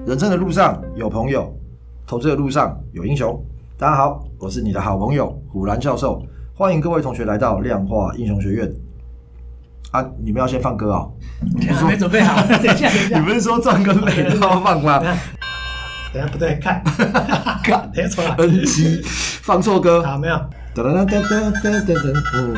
人生的路上有朋友，投资的路上有英雄。大家好，我是你的好朋友虎兰教授，欢迎各位同学来到量化英雄学院。啊，你们要先放歌哦。 还没准备好，等一下。 你不是说赚跟美都要放吗？ 等一下不对，看，等一下重来。 NG 放错歌。 好，没有。 噔噔噔噔噔噔噔，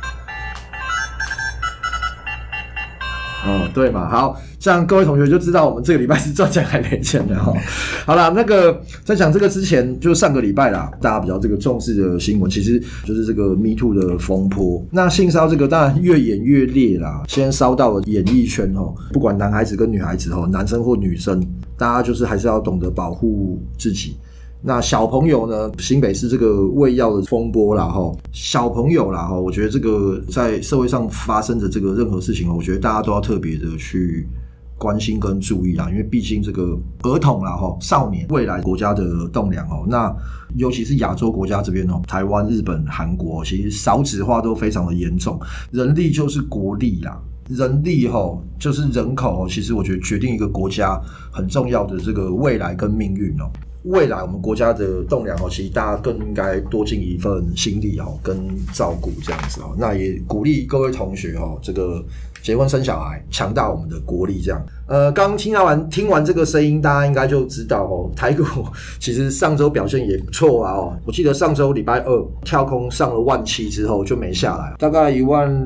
哦，对嘛，好，这样各位同学就知道我们这个礼拜是赚钱还赔钱的哈。好啦，那个在讲这个之前，就上个礼拜啦，大家比较这个重视的新闻，其实就是这个 Me Too 的风波。那性骚这个当然越演越烈啦，先烧到了演艺圈吼，不管男孩子跟女孩子吼，男生或女生，大家就是还是要懂得保护自己。那小朋友呢？新北市这个喂药的风波啦，齁，小朋友啦，齁，我觉得这个在社会上发生的这个任何事情，我觉得大家都要特别的去关心跟注意啦，因为毕竟这个儿童啦，齁，少年未来国家的栋梁哦，那尤其是亚洲国家这边哦，台湾、日本、韩国，其实少子化都非常的严重，人力就是国力啦。人力齁就是人口，其实我觉得决定一个国家很重要的这个未来跟命运哦。未来我们国家的栋梁其实大家更应该多尽一份心力跟照顾这样子那也鼓励各位同学这个结婚生小孩，强大我们的国力这样。刚听完这个声音，大家应该就知道台股其实上周表现也不错啊我记得上周礼拜二跳空上了17000之后就没下来，大概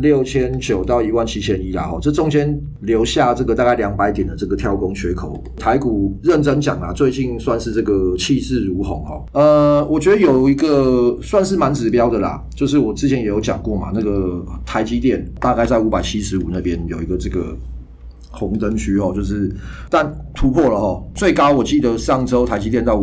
16900到17100啦这中间留下这个大概200点的这个跳空缺口。台股认真讲啦，最近算是这个气势如虹我觉得有一个算是蛮指标的啦，就是我之前也有讲过嘛，那个台积电大概在575那边有一个这个红灯区就是但突破了最高我记得上周台积电到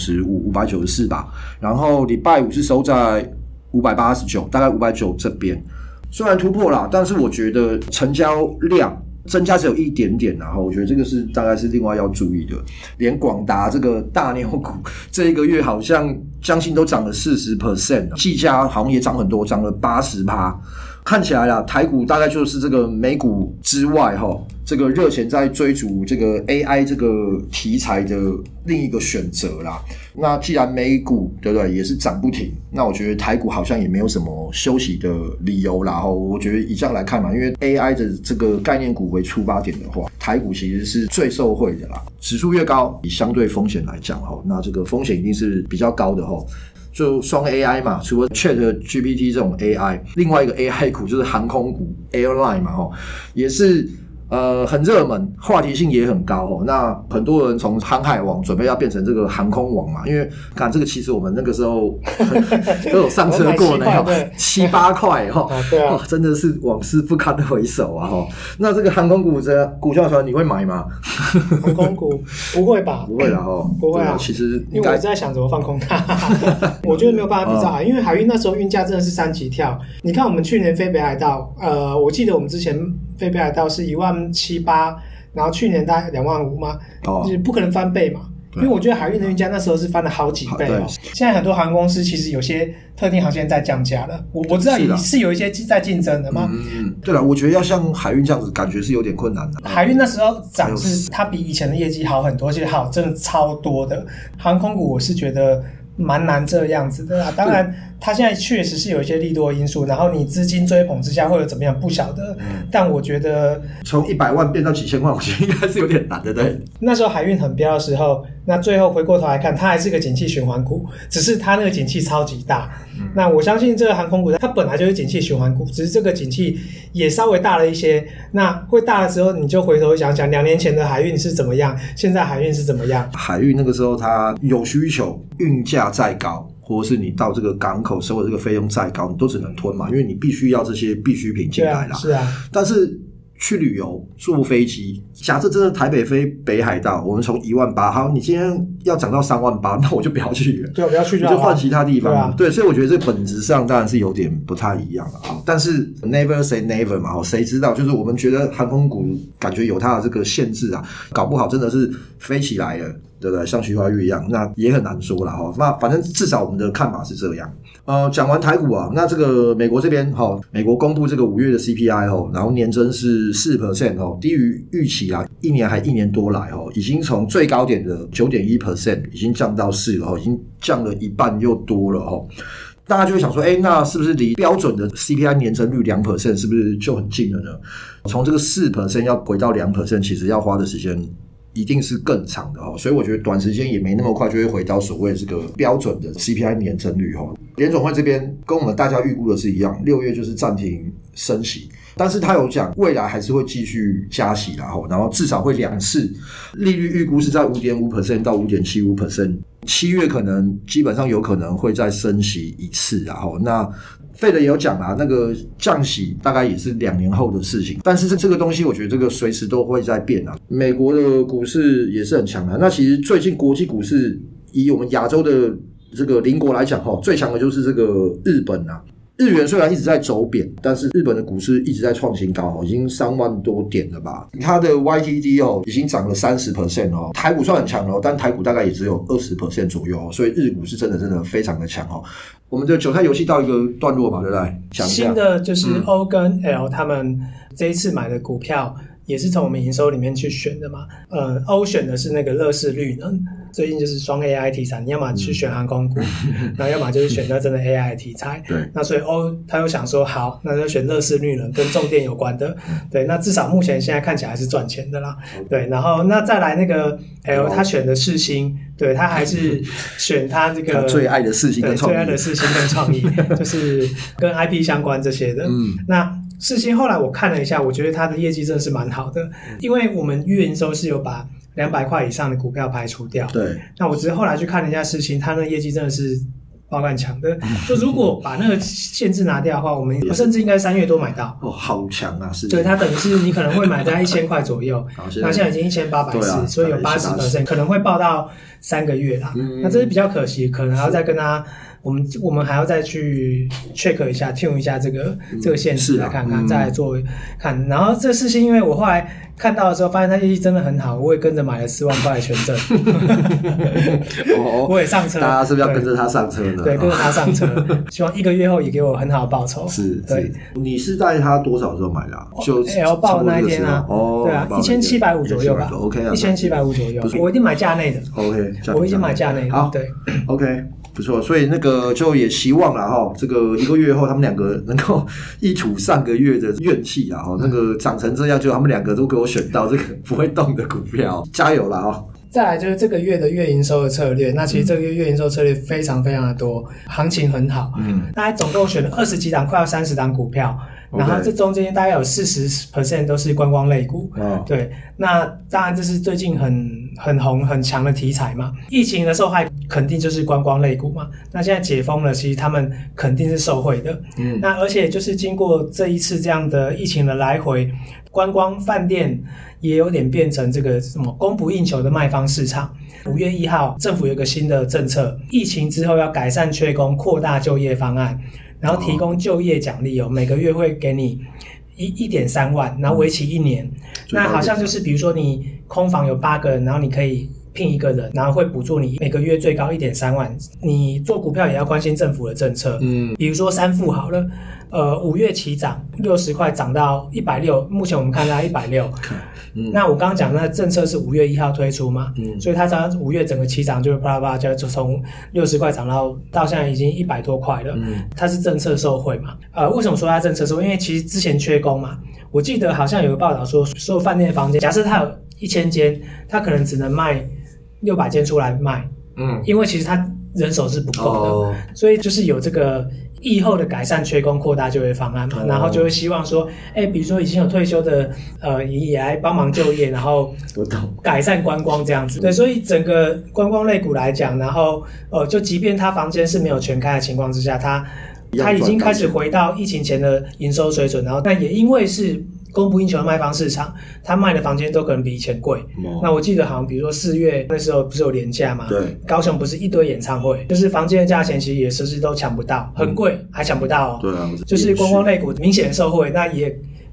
595、594吧，然后礼拜五是收在589，大概590这边。虽然突破啦，但是我觉得成交量增加只有一点点，然后我觉得这个是大概是另外要注意的。连广达这个大牛股这一个月好像将近都涨了 40%， 技嘉好像也涨很多，涨了 80%。看起来啦，台股大概就是这个美股之外这个热钱在追逐这个 AI 这个题材的另一个选择啦。那既然美股对不对也是涨不停，那我觉得台股好像也没有什么休息的理由啦我觉得以这样来看嘛，因为 AI 的这个概念股为出发点的话，台股其实是最受惠的啦。指数越高，以相对风险来讲那这个风险一定是比较高的就双 AI 嘛，除了 ChatGPT 这种 AI， 另外一个 AI 股就是航空股 Airline 嘛也是很热门，话题性也很高那很多人从航海王准备要变成这个航空王嘛，因为看这个其实我们那个时候都有上车过呢，7、8块对啊， 真的是往事不堪回首啊那这个航空股这股票船你会买吗？ 航空股不会吧？ 不会啦不会啊。 其实因为我在想怎么放空它，我觉得没有办法比较因为海运那时候运价真的是3级跳。你看我们去年飞北海道，我记得我们之前飞北海道是17800，然后去年大概25000嘛，就是不可能翻倍嘛。因为我觉得海运的运价那时候是翻了好几倍现在很多航空公司其实有些特定航线在降价了，我知道也是有一些在竞争的嘛。 对了，我觉得要像海运这样子，感觉是有点困难的。 海运那时候涨是它比以前的业绩好很多，而且好真的超多的。航空股我是觉得蛮难这样子的啦。当然它现在确实是有一些利多因素，然后你资金追捧之下会有怎么样不晓得但我觉得从100万变到几千万，我觉得应该是有点难的。对， 那时候海运很飙的时候，那最后回过头来看它还是个景气循环股，只是它那个景气超级大那我相信这个航空股它本来就是景气循环股，只是这个景气也稍微大了一些。那会大的时候你就回头想想2年前的海运是怎么样，现在海运是怎么样。 海运那个时候它有需求，运价再高或者是你到这个港口收的这个费用再高，你都只能吞嘛，因为你必须要这些必需品进来啦。 是啊。 但是去旅游坐飞机，假设真的台北飞北海道，我们从18000，好，你今天要涨到38000，那我就不要去了。 对，不要去就好， 就换其他地方。对，所以我觉得这本质上当然是有点不太一样了但是 never say never 嘛谁知道，就是我们觉得航空股感觉有它的这个限制搞不好真的是飞起来了。对不对？像徐怀钰一样，那也很难说啦那反正至少我们的看法是这样。 讲完台股啊，那这个美国这边美国公布这个5月的 CPI 然后年增是 4%低于预期啊，1年多来已经从最高点的 9.1% 已经降到4了已经降了一半又多了大家就会想说，那是不是离标准的 CPI 年增率 2% 是不是就很近了呢？从这个 4% 要回到 2%， 其实要花的时间一定是更长的所以我觉得短时间也没那么快就会回到所谓这个标准的 CPI 年增率联总会这边跟我们大家预估的是一样，6月就是暂停升息，但是他有讲未来还是会继续加息啦然后至少会2次，利率预估是在 5.5% 到 5.75%， 7月可能基本上有可能会再升息一次那Fed也有讲啦，那个降息大概也是2年后的事情，但是这个东西我觉得这个随时都会在变美国的股市也是很强那其实最近国际股市以我们亚洲的这个邻国来讲最强的就是这个日本日元虽然一直在走贬，但是日本的股市一直在创新高已经3万多点了吧，它的 YTD 已经涨了 30% 台股算很强但台股大概也只有 20% 左右所以日股是真的非常的强我们的韭菜游戏到一个段落嘛，对不对？ 新的就是 O 跟 L 他们这一次买的股票也是从我们营收里面去选的嘛。O 选的是那个乐视绿能，最近就是双 AI 题材，你要么去选航空股，然后要么就是选那真的 AI 题材。 对， 那所以 O 他又想说，好，那就选乐视绿能跟重电有关的。对，那至少目前现在看起来是赚钱的啦。对，然后那再来那个 L 他选的世芯，对他还是选他这个他最爱的世芯跟创意， 最爱的世芯跟创意，就是跟 IP 相关这些的。那世芯后来我看了一下，我觉得它的业绩真的是蛮好的，因为我们月营收是有把200块以上的股票排除掉。 对， 那我只是后来去看了一下世芯，它那个业绩真的是爆干强的。就如果把那个限制拿掉的话，我们甚至应该3月多买到。 好强啊！是。 对，它等于是你可能会买在1000块左右，那现在已经1840，所以有80%，可能会报到3个月啦。那这是比较可惜，可能还要再跟他。我们还要再去 check 一下 tune 一下这个限制来看看，再来做看。然后这事情因为我后来看到的时候发现它业绩真的很好，我也跟着买了4万块的权证。我也上车， 大家是不是要跟着他上车呢？ 对，跟着他上车，希望1个月后也给我很好的报酬。 是，对。你是在他多少时候买的就 L 报那一天啊？对啊，1750左右吧。 OK 啊 ，1750左右。我一定买价内的。 OK， 我一定买价内的。 好， 对 ，OK。不错，所以那个就也希望啦这个1个月后他们2个能够一吐上个月的怨气那个涨成这样，就他们2个都给我选到这个不会动的股票，加油啦再来就是这个月的月营收的策略，那其实这个月营收策略非常非常的多，行情很好。大概总共选了20几档，快要30档股票。然后这中间大概有 40% 都是观光类股。对，那当然这是最近很红很强的题材嘛，疫情的受害肯定就是观光类股嘛，那现在解封了，其实他们肯定是受惠的。那而且就是经过这一次这样的疫情的来回，观光饭店也有点变成这个什么供不应求的卖方市场。5月1号政府有一个新的政策，疫情之后要改善缺工，扩大就业方案，然后提供就业奖励每个月会给你1.3万，然后为期1年。那好像就是比如说你空房有8个人，然后你可以聘1个人，然后会补助你每个月最高1.3万。你做股票也要关心政府的政策，比如说3富好了，5月起涨60块涨到160，目前我们看到160。那我刚刚讲那政策是5月1号推出嘛，所以它在5月整个起涨就啪啦啪啦就从60块涨到现在已经100多块了。它是政策受惠嘛。为什么说它政策受惠？因为其实之前缺工嘛，我记得好像有个报道说，所有饭店的房间，假设它有1000间，它可能只能卖600间出来卖。因为其实它人手是不够的，所以就是有这个疫后的改善缺工扩大就业方案嘛，然后就会希望说，比如说已经有退休的也来帮忙就业，然后改善观光这样子。对，所以整个观光类股来讲，然后就即便他房间是没有全开的情况之下，他已经开始回到疫情前的营收水准，然后但也因为是供不应求的卖方市场，他卖的房间都可能比以前贵。那我记得好像比如说4月那时候不是有连假嘛，对，高雄不是一堆演唱会，就是房间的价钱其实也实都抢不到，很贵还抢不到。对啊，就是观光类股明显受惠，那也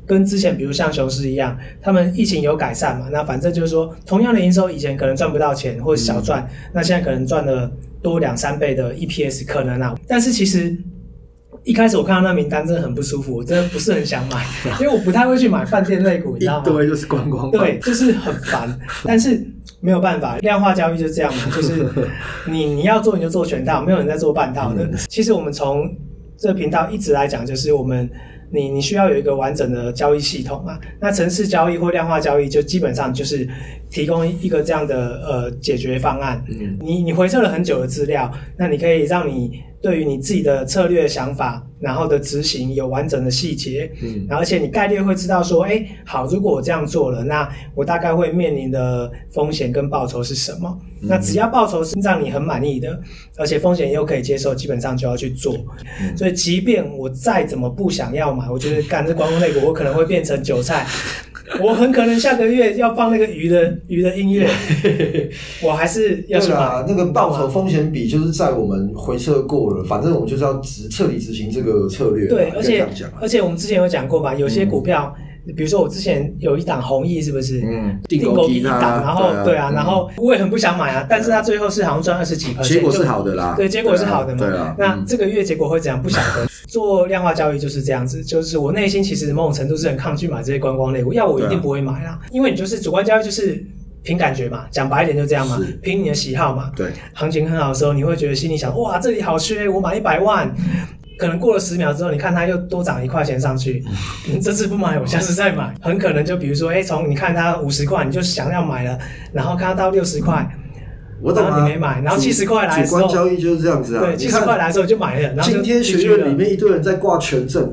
跟之前比如像雄狮一样，他们疫情有改善嘛，那反正就是说同样的营收以前可能赚不到钱或者小赚，那现在可能赚了多2-3倍的 EPS 可能啊，但是其实一开始我看到那名单真的很不舒服，我真的不是很想买，因为我不太会去买饭店类股，你知道吗？ 一堆就是观光， 对，就是很烦，但是没有办法，量化交易就这样嘛，就是你要做你就做全套，没有人在做半套的。其实我们从这个频道一直来讲，就是你需要有一个完整的交易系统嘛。那程式交易或量化交易就基本上就是提供一个这样的解决方案。你回测了很久的资料，那你可以让你对于你自己的策略想法，然后的执行有完整的细节，然后而且你概率会知道说，好，如果我这样做了，那我大概会面临的风险跟报酬是什么？那只要报酬是让你很满意的，而且风险又可以接受，基本上就要去做。所以即便我再怎么不想要买，我觉得干这观光类股，我可能会变成韭菜。我很可能下个月要放那个鱼的音乐，我还是要去买。 那个报酬风险比就是在我们回测过了，反正我们就是要彻底执行这个策略。 对，而且我们之前有讲过嘛，有些股票。比如说我之前有一档弘毅是不是？定购一档，然后对啊，然后我也很不想买啊，但是他最后是好像赚20几%， 结果是好的啦。 对，结果是好的嘛。 对啊， 那这个月结果会怎样不晓得。做量化交易就是这样子，就是我内心其实某种程度是很抗拒买这些观光类股，要我一定不会买啦，因为你就是主观交易就是凭感觉嘛，讲白一点就这样嘛，凭你的喜好嘛。对，行情很好的时候，你会觉得心里想，哇，这里好缺，我买100万。可能过了10秒之后，你看它又多涨1块钱上去，你这次不买，我下次再买。很可能就比如说，从你看它50块，你就想要买了，然后看它到60块，然后你没买，然后70块来的时候， 主观交易就是这样子啊。 对，70块来的时候就买了，然后今天学院里面一堆人在挂权证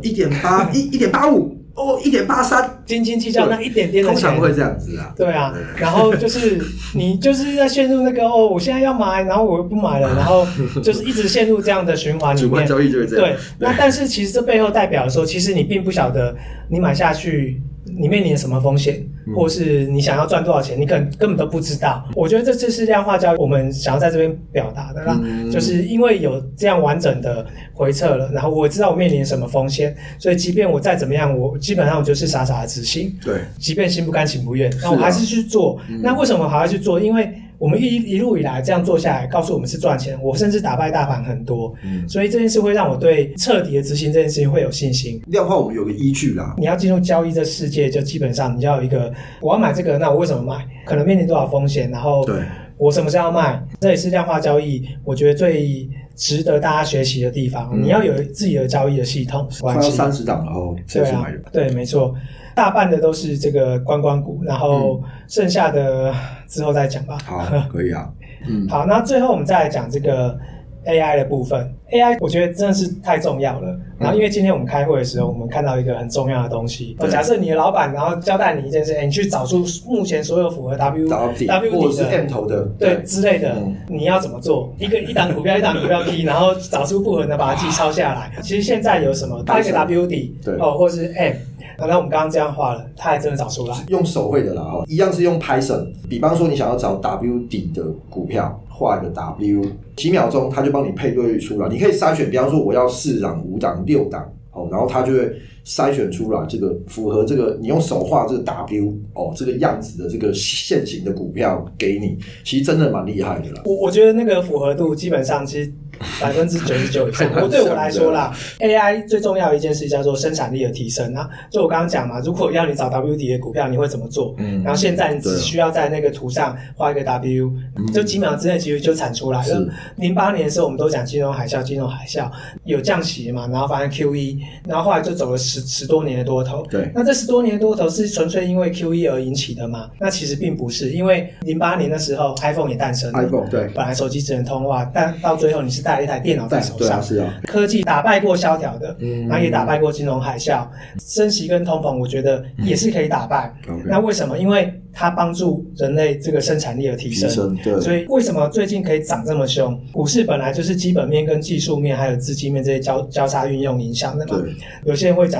，1.8、1.85。1.83， 斤斤计较那一点点的钱， 通常会这样子啊。 对啊，然后就是你就是在陷入那个我现在要买，然后我又不买了，然后就是一直陷入这样的循环里面。 主观交易就是这样。 对，那但是其实这背后代表说，其实你并不晓得你买下去你面临什么风险，或是你想要赚多少钱，你可能根本都不知道。我觉得这是量化交易我们想要在这边表达的啦，就是因为有这样完整的回测了，然后我知道我面临什么风险，所以即便我再怎么样，我基本上我就是傻傻的执行。对，即便心不甘情不愿，那我还是去做。那为什么还要去做？因为我们一路以来这样做下来，告诉我们是赚钱，我甚至打败大盘很多，所以这件事会让我对彻底的执行这件事情会有信心。 量化我们有个依据啦， 你要进入交易这世界，就基本上你要有一个，我要买这个，那我为什么买？可能面临多少风险，然后我什么时候要卖？这也是量化交易，我觉得最值得大家学习的地方。你要有自己的交易的系统。 快要30档了哦， 对啊，对，没错。大半的都是这个观光股，然后剩下的之后再讲吧。 好，可以啊。 好，那最后我们再来讲这个 AI 的部分。AI 我觉得真的是太重要了。然后因为今天我们开会的时候，我们看到一个很重要的东西。假设你的老板然后交代你一件事，你去找出目前所有符合 W 底或者是 M 头的， 对之类的，你要怎么做？一档股票一档股票 P， 然后找出不合的把它记抄下来。其实现在有什么？它一个 W 底或是 M。那我们刚刚这样画了，他还真的找出来， 用手绘的啦，一样是用 Python。比方说你想要找 W 底的股票，画一个 W， 几秒钟它就帮你配对出来。你可以筛选，比方说我要4档、5档、6档，然后它就会筛选出来这个符合这个你用手画这个 W 这个样子的这个现行的股票给你，其实真的蛮厉害的啦。 我觉得那个符合度基本上其实99%以上。对我来说啦 ，AI 最重要的一件事叫做生产力的提升啊。就我刚刚讲嘛，如果要你找 W 底的股票，你会怎么做？然后现在你只需要在那个图上画一个 W，就几秒之内其实就产出来了。08年的时候我们都讲金融海啸有降息嘛，然后发现 QE， 然后后来就走了十多年的多头。对，那这10多年的多头是纯粹因为 QE 而引起的吗？那其实并不是，因为08年的时候 iPhone 也诞生了。iPhone 对，本来手机只能通话，但到最后你是带了一台电脑在手上。是啊，科技打败过萧条的，然后也打败过金融海啸，升息跟通膨，我觉得也是可以打败。那为什么？因为它帮助人类这个生产力的提升。对，所以为什么最近可以涨这么凶？股市本来就是基本面跟技术面还有资金面这些交叉运用影响的嘛。有些人会讲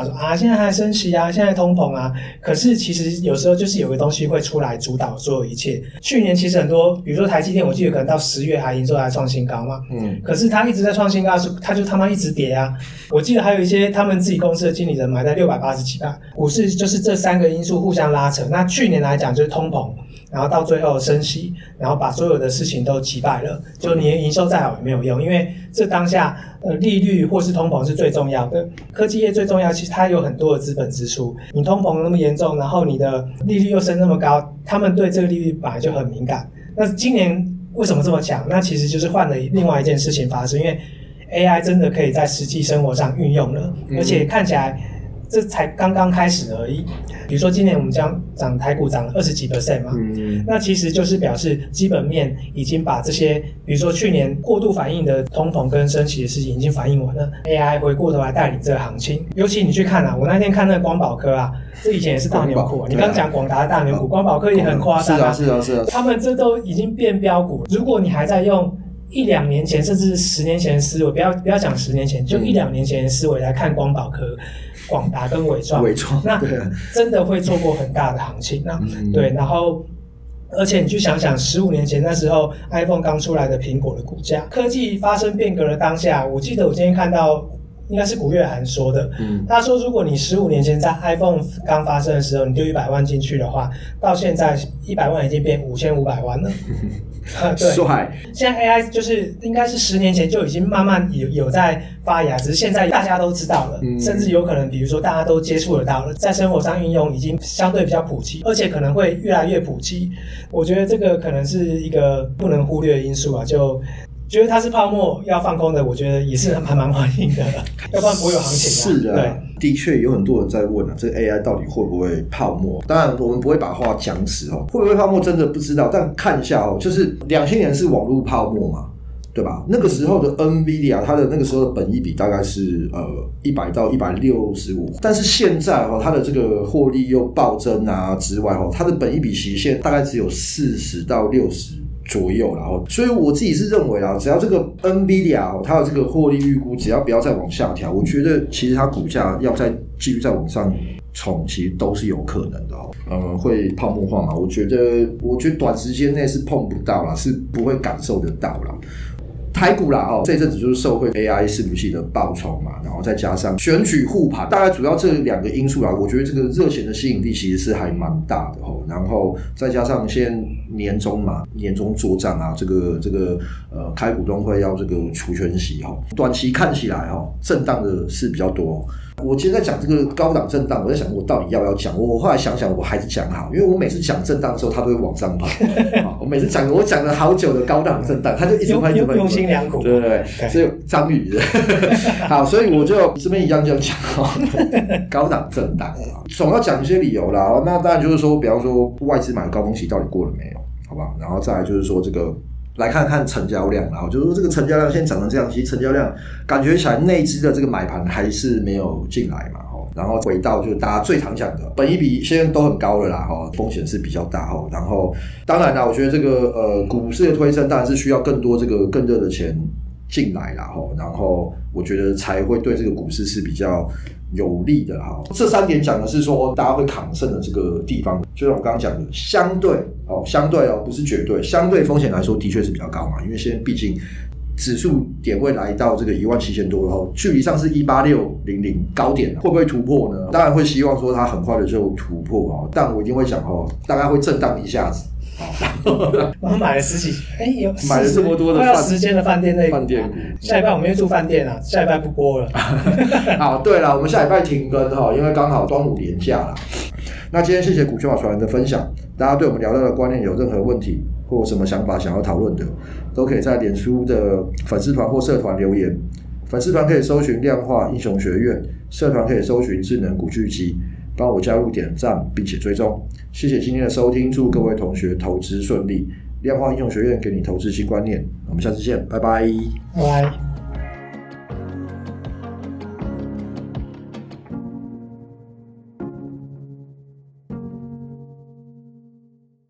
讲说啊，现在还升息啊，现在通膨啊，可是其实有时候就是有个东西会出来主导所有一切。去年其实很多，比如说台积电，我记得可能到10月还营收还创新高嘛，可是它一直在创新高，它就他妈一直跌啊。我记得还有一些他们自己公司的经理人买在680几吧，股市就是这3个因素互相拉扯。那去年来讲就是通膨，然后到最后升息，然后把所有的事情都击败了，就你的营收再好也没有用，因为这当下利率或是通膨是最重要的。科技业最重要，其实它有很多的资本支出，你通膨那么严重，然后你的利率又升那么高，他们对这个利率本来就很敏感。那今年为什么这么强？那其实就是换了另外一件事情发生，因为 AI 真的可以在实际生活上运用了，而且看起来这才刚刚开始而已。比如说今年我们涨台股涨了20几%嘛，那其实就是表示基本面已经把这些，比如说去年过度反应的通膨跟升息的事情已经反映完了。AI 回过头来带领这个行情，尤其你去看啊，我那天看那个光宝科啊，这以前也是大牛股，你刚讲广达的大牛股，光宝科也很夸张啊， 是啊， 他们这都已经变标股。如果你还在用1-2年前甚至10年前的思维，不要讲10年前，就1-2年前的思维来看光宝科、广达跟伟创，那真的会错过很大的行情啊。对，然后而且你去想想15年前那时候 iPhone 刚出来的苹果的股价，科技发生变革的当下，我记得我今天看到应该是古月涵说的，他说如果你15年前在 iPhone 刚发生的时候你丢100万进去的话，到现在100万已经变5500万了。对，现在 AI 就是应该是10年前就已经慢慢有在发芽，只是现在大家都知道了，甚至有可能比如说大家都接触得到了，在生活上运用已经相对比较普及，而且可能会越来越普及。我觉得这个可能是一个不能忽略的因素啊，就觉得它是泡沫要放空的，我觉得也是还蛮欢迎的，要不然不会有行情啊。 是的，对，的确有很多人在问啊，这个 AI 到底会不会泡沫？当然我们不会把话讲死哦，会不会泡沫真的不知道，但看一下哦，就是2000年是网络泡沫嘛，对吧？那个时候的 NVIDIA 它的那个时候的本益比大概是100到165，但是现在它的这个获利又暴增啊之外它的本益比其实现在大概只有40到60左右啦，所以我自己是认为啦，只要这个 NVIDIA 它的这个获利预估只要不要再往下调，我觉得其实它股价要再继续再往上冲，其实都是有可能的会泡沫化嘛？我觉得短时间内是碰不到啦，是不会感受得到啦。台股啦这一阵子就是受惠 AI 伺服器的爆冲嘛，然后再加上选举护盘，大概主要这2个因素啦，我觉得这个热钱的吸引力其实是还蛮大的然后再加上现在年终嘛，年终作战啊，这个开股东会要这个除权息短期看起来震荡的是比较多。我今天在讲这个高档震荡，我在想我到底要不要讲，我后来想想我还是讲好，因为我每次讲震荡的时候它都会往上跑我每次我讲了好久的高档震荡，它就一直会用心良苦， 对，所以张宇的好，所以我就这边一样就讲高档震荡总要讲一些理由啦。那当然就是说，比方说外资买的高峰期到底过了没有，好不好？然后再来就是说这个来看看成交量，然后就是说这个成交量现在涨成这样，其实成交量感觉起来内资的这个买盘还是没有进来嘛，然后回到就是大家最常讲的本益比现在都很高了啦，风险是比较大，然后当然啦，我觉得这个股市的推升当然是需要更多这个更热的钱进来啦，然后我觉得才会对这个股市是比较有利的哈。这3点讲的是说大家会抗胜的这个地方，就像我刚刚讲的，相对不是绝对，相对风险来说的确是比较高嘛，因为现在毕竟指数点位来到这个17000多了距离上是18600高点，会不会突破呢？当然会希望说它很快的就突破但我一定会讲大概会震荡一下子。 我们买了10几， 买了这么多的快要10间的饭店类股，下礼拜我们又住饭店下礼拜不播了。 好，对了，我们下礼拜停更因为刚好端午连假啦。那今天谢谢股权法传人的分享，大家对我们聊到的观念有任何问题或有什么想法想要讨论的，都可以在脸书的粉丝团或社团留言。粉丝团可以搜寻量化英雄学院，社团可以搜寻智能股巨基，帮我加入点赞并且追踪。谢谢今天的收听，祝各位同学投资顺利。量化英雄学院给你投资新观念，我们下次见，拜拜。 拜拜。